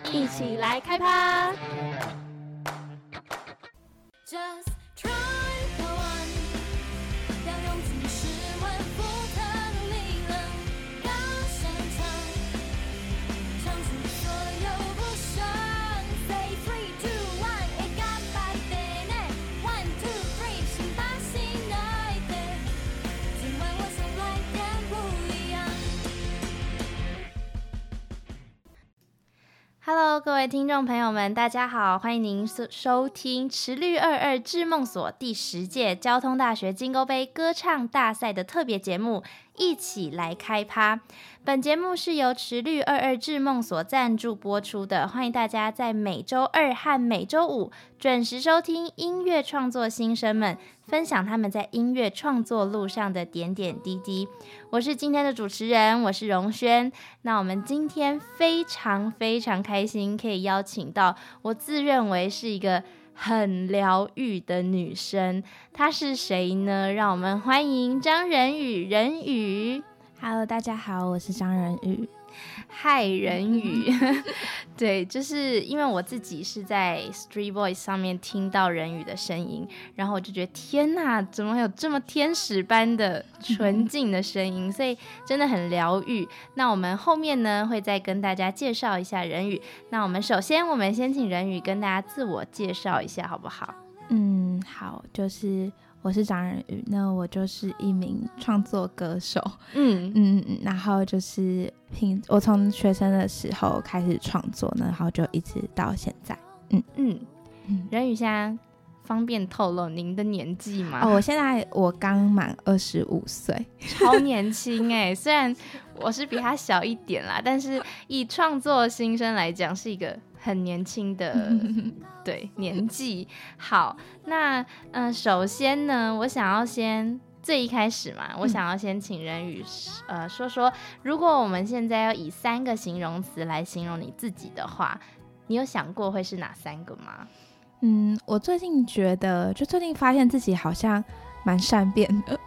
一起来开趴。 Just try go on， 要用尽十万伏特努力了，高声唱，唱出所有不爽。Say 3, 2, 1， it got my day night。1, 2, 3， 先把心爱的，今晚我想来点不一样。 Hello， 各位听众朋友们，大家好，欢迎您收听池绿22智梦所第10届交通大学金钩杯歌唱大赛的特别节目，一起来开趴。本节目是由池绿22智梦所赞助播出的，欢迎大家在每周二和每周五准时收听音乐创作新生们分享他们在音乐创作路上的点点滴滴。我是今天的主持人，我是荣轩。那我们今天非常非常开心，可以邀请到我自认为是一个很疗愈的女生，她是谁呢？让我们欢迎张人宇，人宇。 Hello， 大家好，我是张人宇。 嗨，人宇。对，就是因为我自己是在 Street Voice 上面听到人宇的声音，然后我就觉得天哪，怎么会有这么天使般的纯净的声音，所以真的很疗愈。那我们后面呢会再跟大家介绍一下人宇。那我们首先先请人宇跟大家自我介绍一下好不好？ 好，就是我是张人宇，那我就是一名创作歌手，然后就是我从学生的时候开始创作呢，然后就一直到现在。 人宇现在方便透露您的年纪吗？ 我刚满25岁， 超年轻欸。虽然我是比他小一点啦，但是以创作新生来讲，是一个很年轻的对年纪。好，那首先呢，我想要最一开始嘛，我想要先请人宇说说，如果我们现在要以3个形容词来形容你自己的话，你有想过会是哪3个吗？ 我最近最近发现自己好像蛮善变的，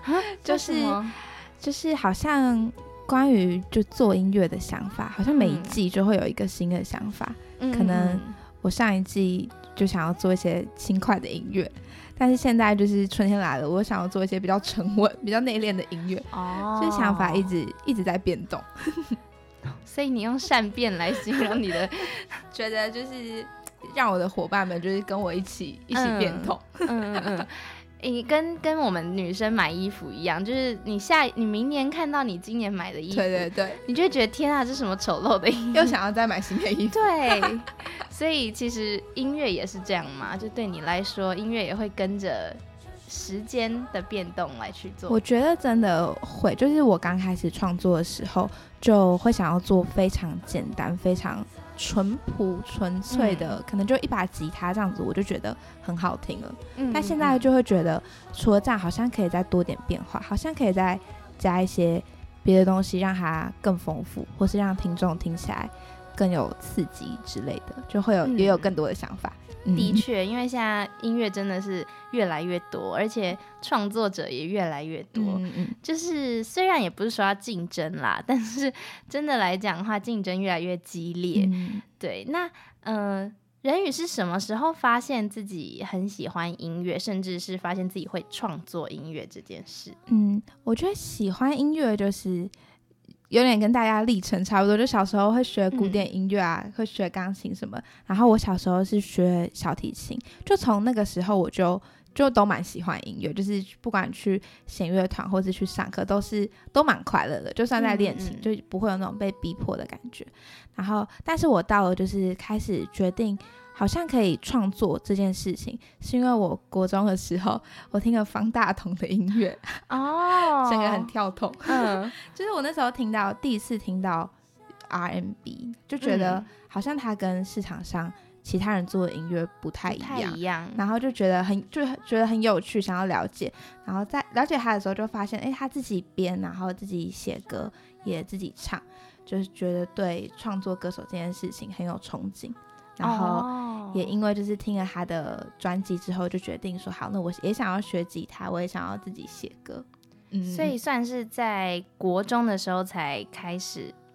就是好像关于就做音乐的想法，好像每一季就会有一个新的想法。可能我上一季就想要做一些轻快的音乐，但是现在就是春天来了，我想要做一些比较沉稳、比较内敛的音乐。就是想法一直在变动。 所以你用善变来形容你的， 觉得就是让我的伙伴们就是跟我一起变动。 你跟我们女生买衣服一样，就是你明年看到你今年买的衣服， 对， 你就会觉得天啊，这是什么丑陋的衣服， 又想要再买新的衣服。 对，所以其实音乐也是这样嘛，就对你来说，音乐也会跟着时间的变动来去做。 我觉得真的会，就是我刚开始创作的时候，就会想要做非常简单、非常淳朴纯粹的，可能就一把吉他这样子，我就觉得很好听了。但现在就会觉得，除了这样，好像可以再多点变化，好像可以再加一些别的东西，让它更丰富，或是让听众听起来更有刺激之类的，就会也有更多的想法。 的确，因为现在音乐真的是越来越多，而且创作者也越来越多。就是虽然也不是说要竞争啦，但是真的来讲的话，竞争越来越激烈。对，那人宇是什么时候发现自己很喜欢音乐，甚至是发现自己会创作音乐这件事？ 我觉得喜欢音乐就是有点跟大家历程差不多，就小时候会学古典音乐啊，会学钢琴什么，然后我小时候是学小提琴，就从那个时候我就都蛮喜欢音乐，就是不管去弦乐团或是去上课都蛮快乐的，就算在练琴就不会有那种被逼迫的感觉。然后但是我到了就是开始决定好像可以创作这件事情，是因为我国中的时候我听了方大同的音乐整个很跳痛。就是我那时候第一次听到 R&B， 就觉得好像他跟市场上其他人做的音乐不太一样，然后就觉得很有趣，想要了解。然后在了解他的时候就发现他自己编，然后自己写歌也自己唱，就是觉得对创作歌手这件事情很有憧憬。然后也因为就是听了他的专辑之后就决定说好，那我也想要学吉他，我也想要自己写歌。 所以算是在国中的时候才开始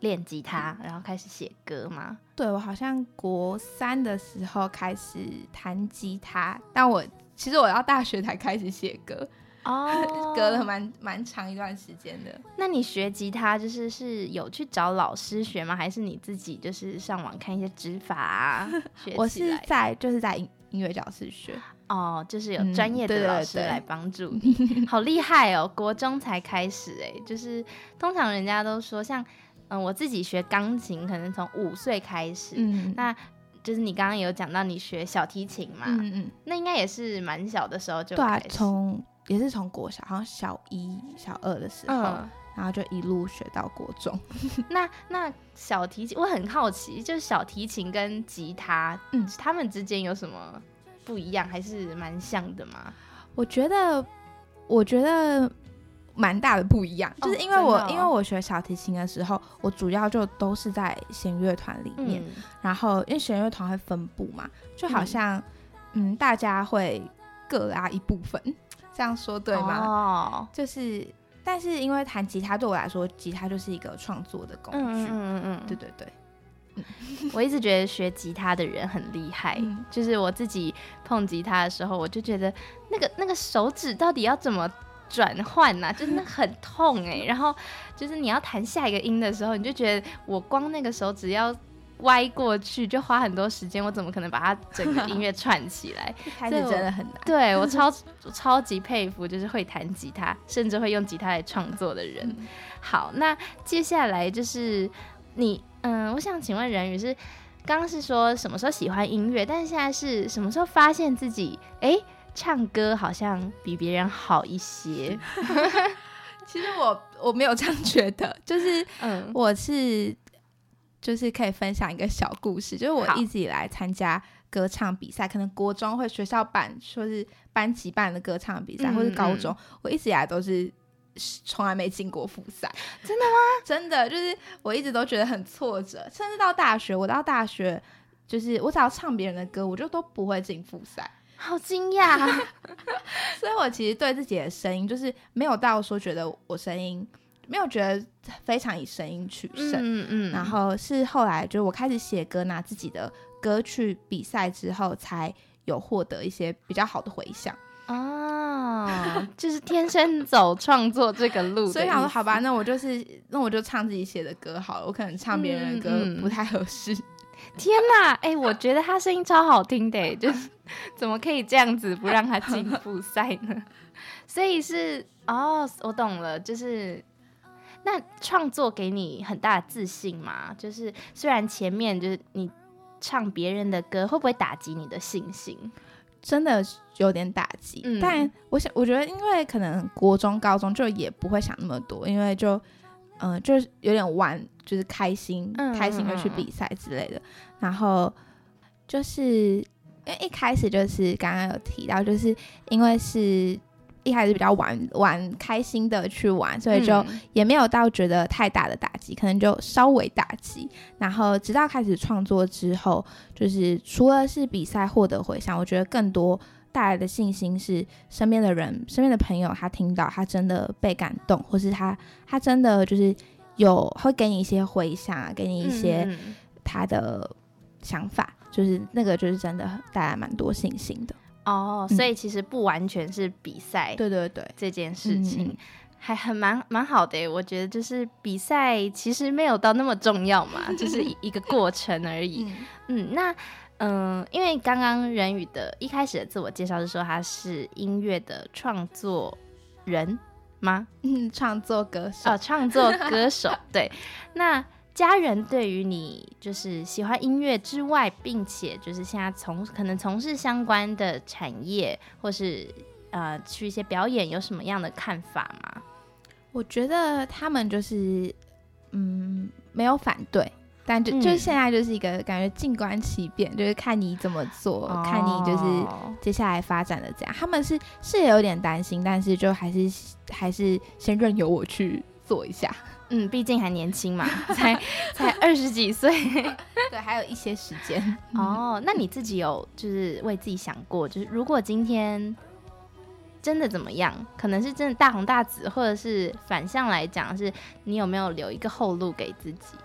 练吉他，然后开始写歌吗？ 对，我好像国3的时候开始弹吉他，但其实我到大学才开始写歌， 哦， 隔了蛮长一段时间的。 那你学吉他是有去找老师学吗？还是你自己就是上网看一些指法啊学起来？ 我是在音乐教室学。 哦，就是有专业的对对老师对来帮助你，好厉害哦！国中才开始就是通常人家都说像我自己学钢琴，可能从5岁开始，那就是你刚刚有讲到你学小提琴嘛，那应该也是蛮小的时候就开始， 对啊，也是从国小，好像小1、小2的时候，然后就一路学到国中。 那小提琴，我很好奇，就是小提琴跟吉他，他们之间有什么不一样，还是蛮像的吗？ 我觉得蛮大的不一样，就是因为我学小提琴的时候，我主要就都是在弦乐团里面，然后因为弦乐团会分部嘛，就好像大家会各拉一部分，这样说对吗？哦，就是但是因为弹吉他对我来说，吉他就是一个创作的工具，对对对。 我一直觉得学吉他的人很厉害，就是我自己碰吉他的时候，我就觉得那个手指到底要怎么转换啊，就是那很痛然后就是你要弹下一个音的时候，你就觉得我光那个手指要歪过去就花很多时间，我怎么可能把它整个音乐串起来？ 一开始真的很难。 对，我超级佩服，就是会弹吉他，甚至会用吉他来创作的人。好，那接下来就是你。我想请问人宇是刚刚是说什么时候喜欢音乐，但是现在是什么时候发现自己唱歌好像比别人好一些？ 其实我没有这样觉得，就是我是就是可以分享一个小故事，就是我一直以来参加歌唱比赛，可能国中会学校办，说是班级办的歌唱比赛，或是高中，我一直以来都是。从来没进过复赛。 真的吗？ 真的，就是我一直都觉得很挫折，甚至到大学，就是我只要唱别人的歌，我就都不会进复赛， 好惊讶。 所以我其实对自己的声音就是没有到说觉得我声音没有觉得非常以声音取胜，然后是后来就是我开始写歌，拿自己的歌去比赛之后，才有获得一些比较好的回响。 就是天生走创作这个路的， 所以想说好吧，那我就唱自己写的歌好了，我可能唱别人的歌不太合适。 天哪，我觉得他声音超好听的就是怎么可以这样子不让他进复赛呢？所以是我懂了，就是那创作给你很大的自信嘛，就是虽然前面就是你唱别人的歌，会不会打击你的信心？ 真的有点打击，但我觉得因为可能国中高中就也不会想那么多，因为就是有点玩，就是开心的去比赛之类的，然后就是因为一开始就是刚刚有提到，就是因为是一开始比较玩开心的去玩，所以就也没有到觉得太大的打击，可能就稍微打击。然后直到开始创作之后，就是除了是比赛获得回响，我觉得更多带来的信心是身边的朋友，他听到他真的被感动，或是他真的就是会给你一些回响，给你一些他的想法，就是那个就是真的带来蛮多信心的。 所以其实不完全是比赛， 对对对， 这件事情还很蛮好的我觉得就是比赛其实没有到那么重要嘛，就是一个过程而已。那因为刚刚人宇的一开始的自我介绍是说他是音乐的创作人吗？ 创作歌手创作歌手对。那家人对于你就是喜欢音乐之外，并且就是现在可能从事相关的产业，或是去一些表演，有什么样的看法吗？ 我觉得他们就是没有反对，但就是现在就是一个感觉静观其变，就是看你怎么做，看你就是接下来发展的怎样。他们是有点担心，但是就还是先任由我去做一下。 毕竟还年轻嘛，才20几岁， 对，还有一些时间。 那你自己有就是为自己想过，就是如果今天真的怎么样，可能是真的大红大紫，或者是反向来讲，是你有没有留一个后路给自己？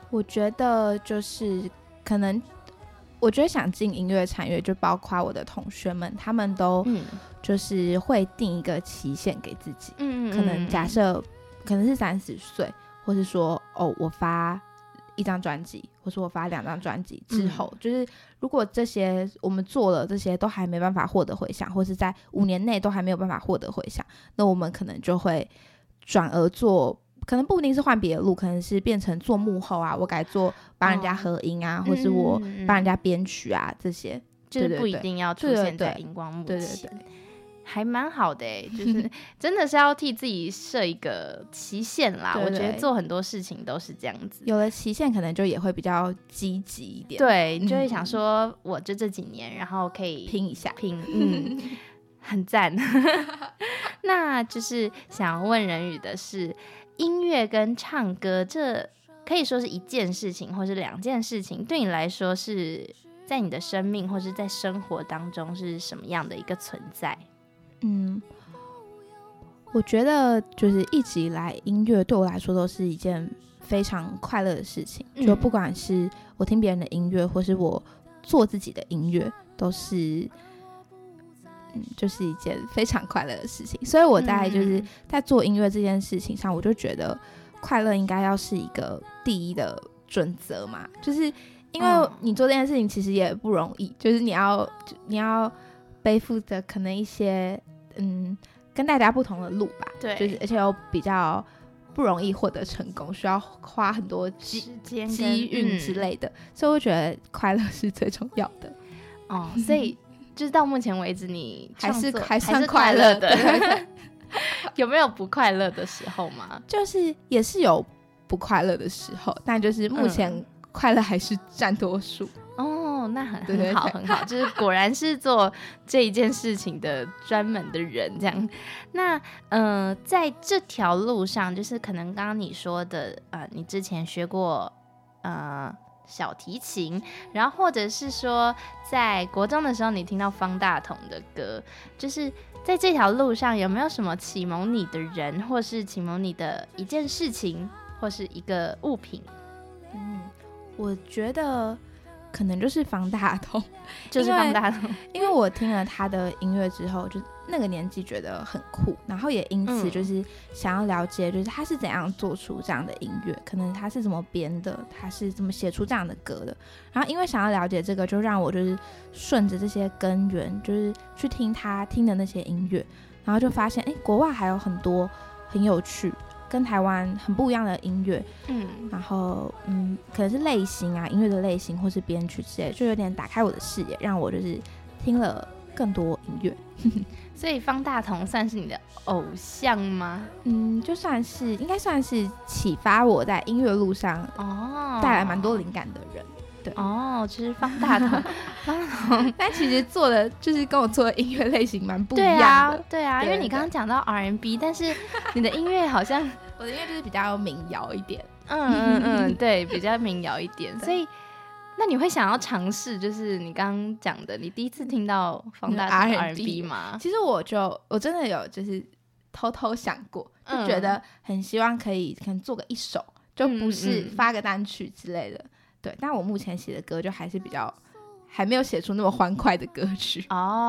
我觉得就是可能，我觉得想进音乐产业，就包括我的同学们，他们都就是会定一个期限给自己，可能假设可能是30岁，或是说我发1张专辑，或是我发2张专辑之后，就是如果这些我们做了这些都还没办法获得回响，或是在5年内都还没有办法获得回响，那我们可能就会转而做。可能不一定是换别的路，可能是变成做幕后啊，我改做帮人家合音啊，或是我帮人家编曲啊，这些就是不一定要出现在荧光幕前，还蛮好的就是真的是要替自己设一个期限啦。我觉得做很多事情都是这样子， 有了期限可能就也会比较积极一点， 对，你就会想说我就这几年，然后可以拼一下， 很赞。那就是想问人宇的是，音乐跟唱歌这可以说是一件事情或是2件事情，对你来说是在你的生命或是在生活当中是什么样的一个存在？ 我觉得就是一直以来音乐对我来说都是一件非常快乐的事情，就不管是我听别人的音乐或是我做自己的音乐，都是就是一件非常快乐的事情。所以我在就是在做音乐这件事情上，我就觉得快乐应该要是一个第一的准则嘛，就是因为你做这件事情其实也不容易，就是你要背负着可能一些跟大家不同的路吧， 对， 就是而且又比较不容易获得成功，需要花很多时间机运之类的，所以我觉得快乐是最重要的。 所以就是到目前为止你还算快乐的。 有没有不快乐的时候吗？ 就是也是有不快乐的时候，但就是目前快乐还是占多数。 那很好很好，就是果然是做这一件事情的专门的人这样。那在这条路上，就是可能刚刚你说的你之前学过小提琴，然后或者是说在国中的时候你听到方大同的歌，就是在这条路上有没有什么启蒙你的人，或是启蒙你的一件事情，或是一个物品？ 我觉得可能就是方大同， 就是方大同， 因为我听了他的音乐之后，就那个年纪觉得很酷，然后也因此就是想要了解，就是他是怎样做出这样的音乐，可能他是怎么编的，他是怎么写出这样的歌的。然后因为想要了解这个，就让我就是顺着这些根源，就是去听他听的那些音乐，然后就发现国外还有很多很有趣跟台湾很不一样的音乐，然后可能是类型啊，音乐的类型或是编曲之类的，就有点打开我的视野，让我就是听了更多音乐。 所以方大同算是你的偶像吗？ 就应该算是启发我在音乐路上带来蛮多灵感的人。对就是方大同但其实做的就是跟我做的音乐类型蛮不一样的。 对啊，因为你刚刚讲到 R&B， 但是你的音乐好像我的音乐就是比较民谣一点。 对，比较民谣一点。所以那你会想要尝试就是你刚刚讲的你第一次听到方大同 R&B 吗？ 其实我真的有就是偷偷想过，就觉得很希望可能做个一首，就不是发个单曲之类的。对，但我目前写的歌就还是比较还没有写出那么欢快的歌曲。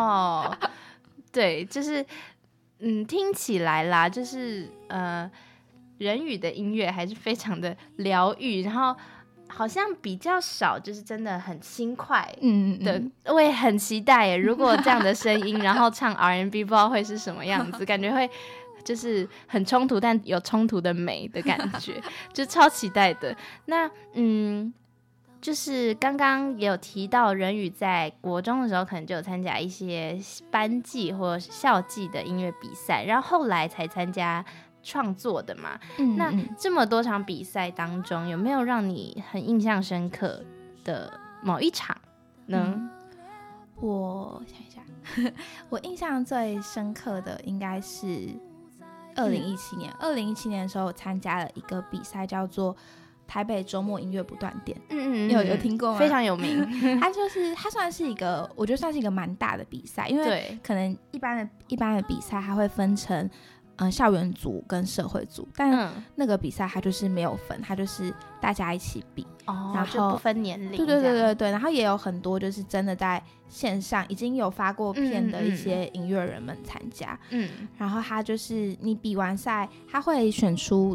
对，就是听起来啦，就是人宇的音乐还是非常的疗愈，然后好像比较少就是真的很轻快的。我也很期待耶，如果这样的声音然后唱 R&B 不知道会是什么样子，感觉会就是很冲突但有冲突的美的感觉就超期待的。那就是刚刚也有提到人宇在国中的时候可能就有参加一些班级或校际的音乐比赛，然后后来才参加创作的嘛。那这么多场比赛当中，有没有让你很印象深刻的某一场呢？ 我想一下我印象最深刻的应该是2017年。2017年的时候我参加了一个比赛叫做台北周末音乐不断电。有听过吗？ 非常有名它算是一个，我觉得算是一个蛮大的比赛，因为可能一般的比赛它会分成校园组跟社会组，但嗯， 那个比赛它就是没有分，它就是大家一起比。 哦， 然后就不分年龄， 对对对对对，然后也有很多就是真的在线上已经有发过片的一些音乐人们参加。然后他就是你比完赛，他会选出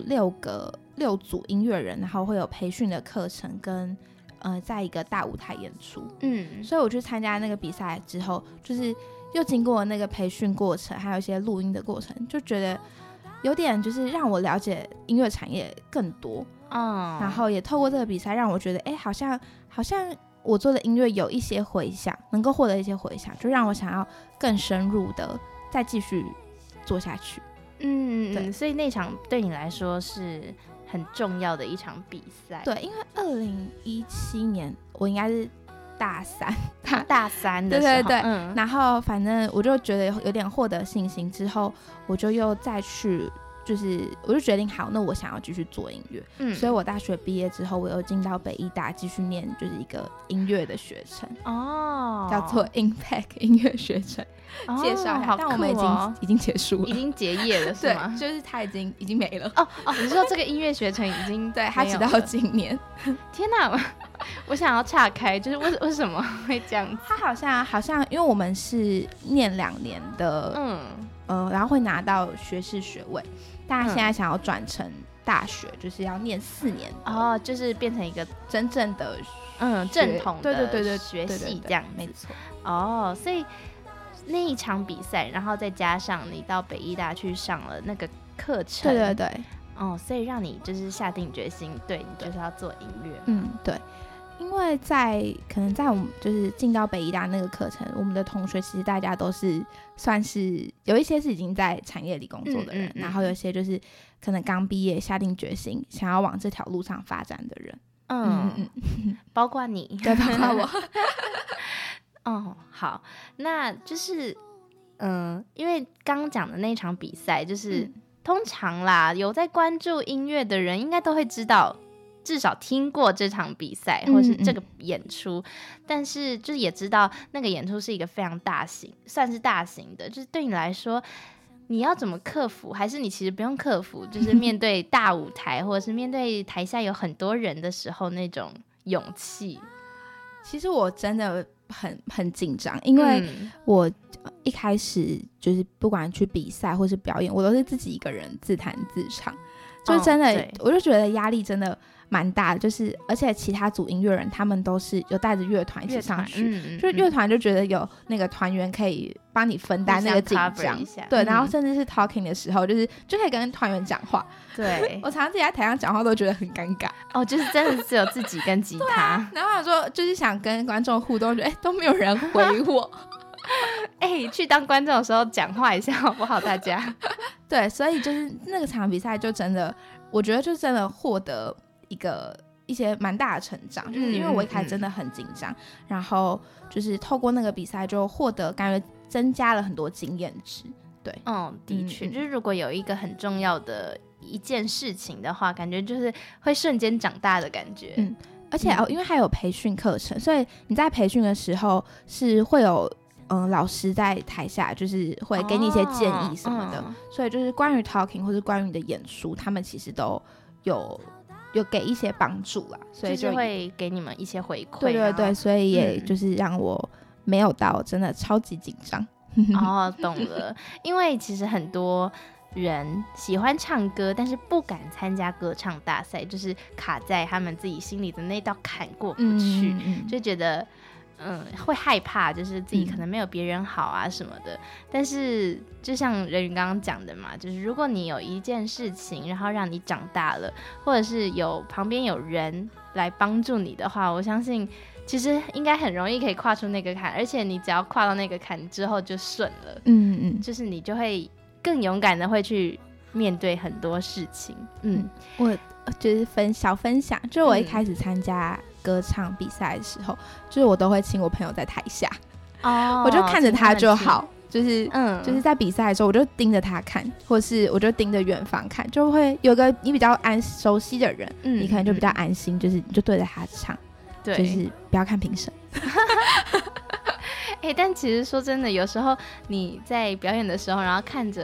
6组音乐人，然后会有培训的课程跟在一个大舞台演出。所以我去参加那个比赛之后，就是又经过那个培训过程，还有一些录音的过程，就觉得有点就是让我了解音乐产业更多。然后也透过这个比赛让我觉得好像我做的音乐有一些回响，能够获得一些回响，就让我想要更深入的再继续做下去。对， 所以那场对你来说是很重要的一场比赛。 对，因为2017年我应该是大三的时候，对，然后反正我就觉得有点获得信心之后，我就又再去。就是我就决定好，那我想要继续做音乐，所以我大学毕业之后，我又进到北艺大继续念就是一个音乐的学程，叫做 Impact 音乐学程。介绍一下，但我们已经结束了， 已经结业了是吗？ 对，就是它已经没了。 你说这个音乐学程已经对，它直到今年。 天哪，我想要岔开，就是为什么会这样子？ 它好像因为我们是念2年的，然后会拿到学士学位。大家现在想要转成大学，就是要念4年就是变成一个真正的正统的对学系这样子， 没错。 所以那一场比赛，然后再加上你到北艺大去上了那个课程， 对， 所以让你就是下定决心，对你就是要做音乐。 对。因为可能在我们就是进到北艺大那个课程，我们的同学其实大家都是算是有一些是已经在产业里工作的人，然后有一些就是可能刚毕业下定决心想要往这条路上发展的人。 包括你， 对，包括我。好，那就是因为刚刚讲的那场比赛，就是通常啦，有在关注音乐的人应该都会知道。至少听过这场比赛或是这个演出，但是就是也知道那个演出是一个非常大型，算是大型的，就是对你来说你要怎么克服，还是你其实不用克服，就是面对大舞台或者是面对台下有很多人的时候那种勇气。 其实我真的很紧张，因为我一开始就是不管去比赛或是表演，我都是自己一个人自弹自唱，就真的我就觉得压力真的蛮大的，就是而且其他组音乐人他们都是有带着乐团一起上去，就乐团就觉得有那个团员可以帮你分担那个紧张，对，然后甚至是 talking 的时候就可以跟团员讲话， 对我常常自己在台上讲话都觉得很尴尬， 就是真的只有自己跟吉他然后我想说就是想跟观众互动，觉得都没有人回我去当观众的时候讲话一下好不好大家对，所以就是那个场比赛就真的我觉得就真的获得一些蛮大的成长，就是因为我一开始真的很紧张，然后就是透过那个比赛就获得感觉增加了很多经验值。对， 的确，就是如果有一个很重要的一件事情的话，感觉就是会瞬间长大的感觉。 而且因为还有培训课程，所以你在培训的时候是会有老师在台下就是会给你一些建议什么的，所以就是关于 talking 或是关于你的演出，他们其实都有给一些帮助啦，所以就是会给你们一些回馈。 对对，所以也就是让我没有到真的超级紧张。 懂了。因为其实很多人喜欢唱歌，但是不敢参加歌唱大赛，就是卡在他们自己心里的那道坎过不去，就觉得会害怕，就是自己可能没有别人好啊什么的。但是就像人鱼刚刚讲的嘛，就是如果你有一件事情然后让你长大了，或者是旁边有人来帮助你的话，我相信其实应该很容易可以跨出那个坎，而且你只要跨到那个坎之后就顺了。就是你就会更勇敢的会去面对很多事情。 我就是小分享，就是我一开始参加歌唱比赛的时候，就是我都会请我朋友在台下，我就看着他就好，就是在比赛的时候我就盯着他看，或是我就盯着远方看，就会有个你比较熟悉的人，你可能就比较安心，就是你就对着他唱，对，就是不要看评审。但其实说真的，有时候你在表演的时候，然后看着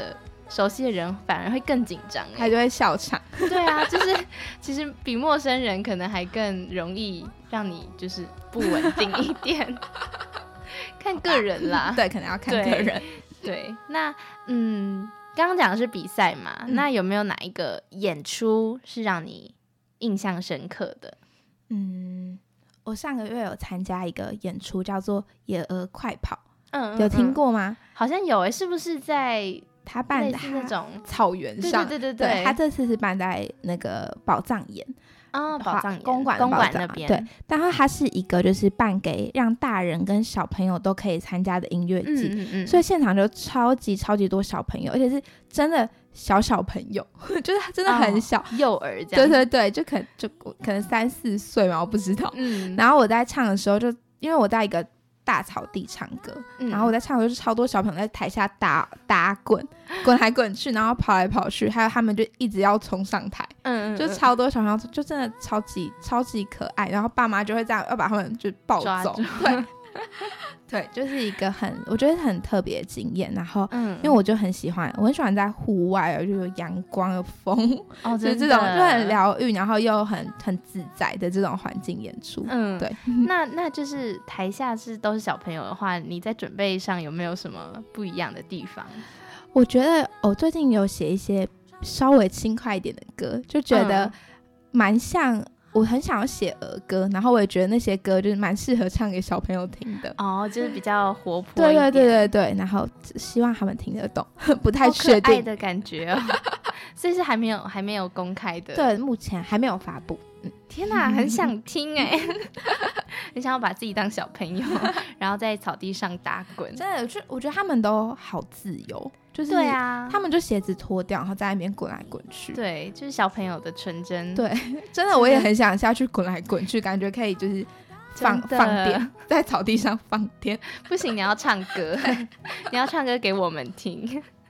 熟悉的人反而会更紧张他就会笑场。 对啊，就是其实比陌生人可能还更容易让你就是不稳定一点，看个人啦。 对，可能要看个人。 对，那刚刚讲的是比赛嘛，那有没有哪一个演出是让你印象深刻的？ 我上个月有参加一个演出，叫做《野鹅快跑》， 有听过吗？ 好像有是不是在他办的那种草原上？ 对， 他这次是办在那个宝藏岩。 宝藏岩公馆那边， 对，但它是一个就是办给让大人跟小朋友都可以参加的音乐季，所以现场就超级多小朋友，而且是真的小朋友，就是真的很小， 幼儿这样， 对，就可能3-4岁嘛，我不知道。然后我在唱的时候，就因为我在一个大草地唱歌，然后我在唱的时候，就超多小朋友在台下打滚来滚去，然后跑来跑去，还有他们就一直要冲上台，就超多小朋友，就真的超级可爱，然后爸妈就会这样要把他们就抱走，对，就是一个我觉得很特别的经验。然后因为我就很喜欢在户外，就有阳光有风，就是这种就很疗愈，然后又很自在的这种环境演出。对。 那就是台下都是小朋友的话，你在准备上有没有什么不一样的地方？ 我觉得我最近有写一些稍微轻快一点的歌，就觉得蛮像。我很想要写儿歌，然后我也觉得那些歌就是蛮适合唱给小朋友听的。 就是比较活泼一点。 对，然后希望他们听得懂，不太确定。 好可爱的感觉所以是还没有公开的。 对，目前还没有发布。 天哪，很想听很想要把自己当小朋友，然后在草地上打滚。 真的，我觉得他们都好自由，就是对啊， 他们就鞋子脱掉，然后在那边滚来滚去。 对，就是小朋友的纯真。 对，真的我也很想下去滚来滚去，感觉可以就是放电，在草地上放电。 不行，你要唱歌，你要唱歌给我们听。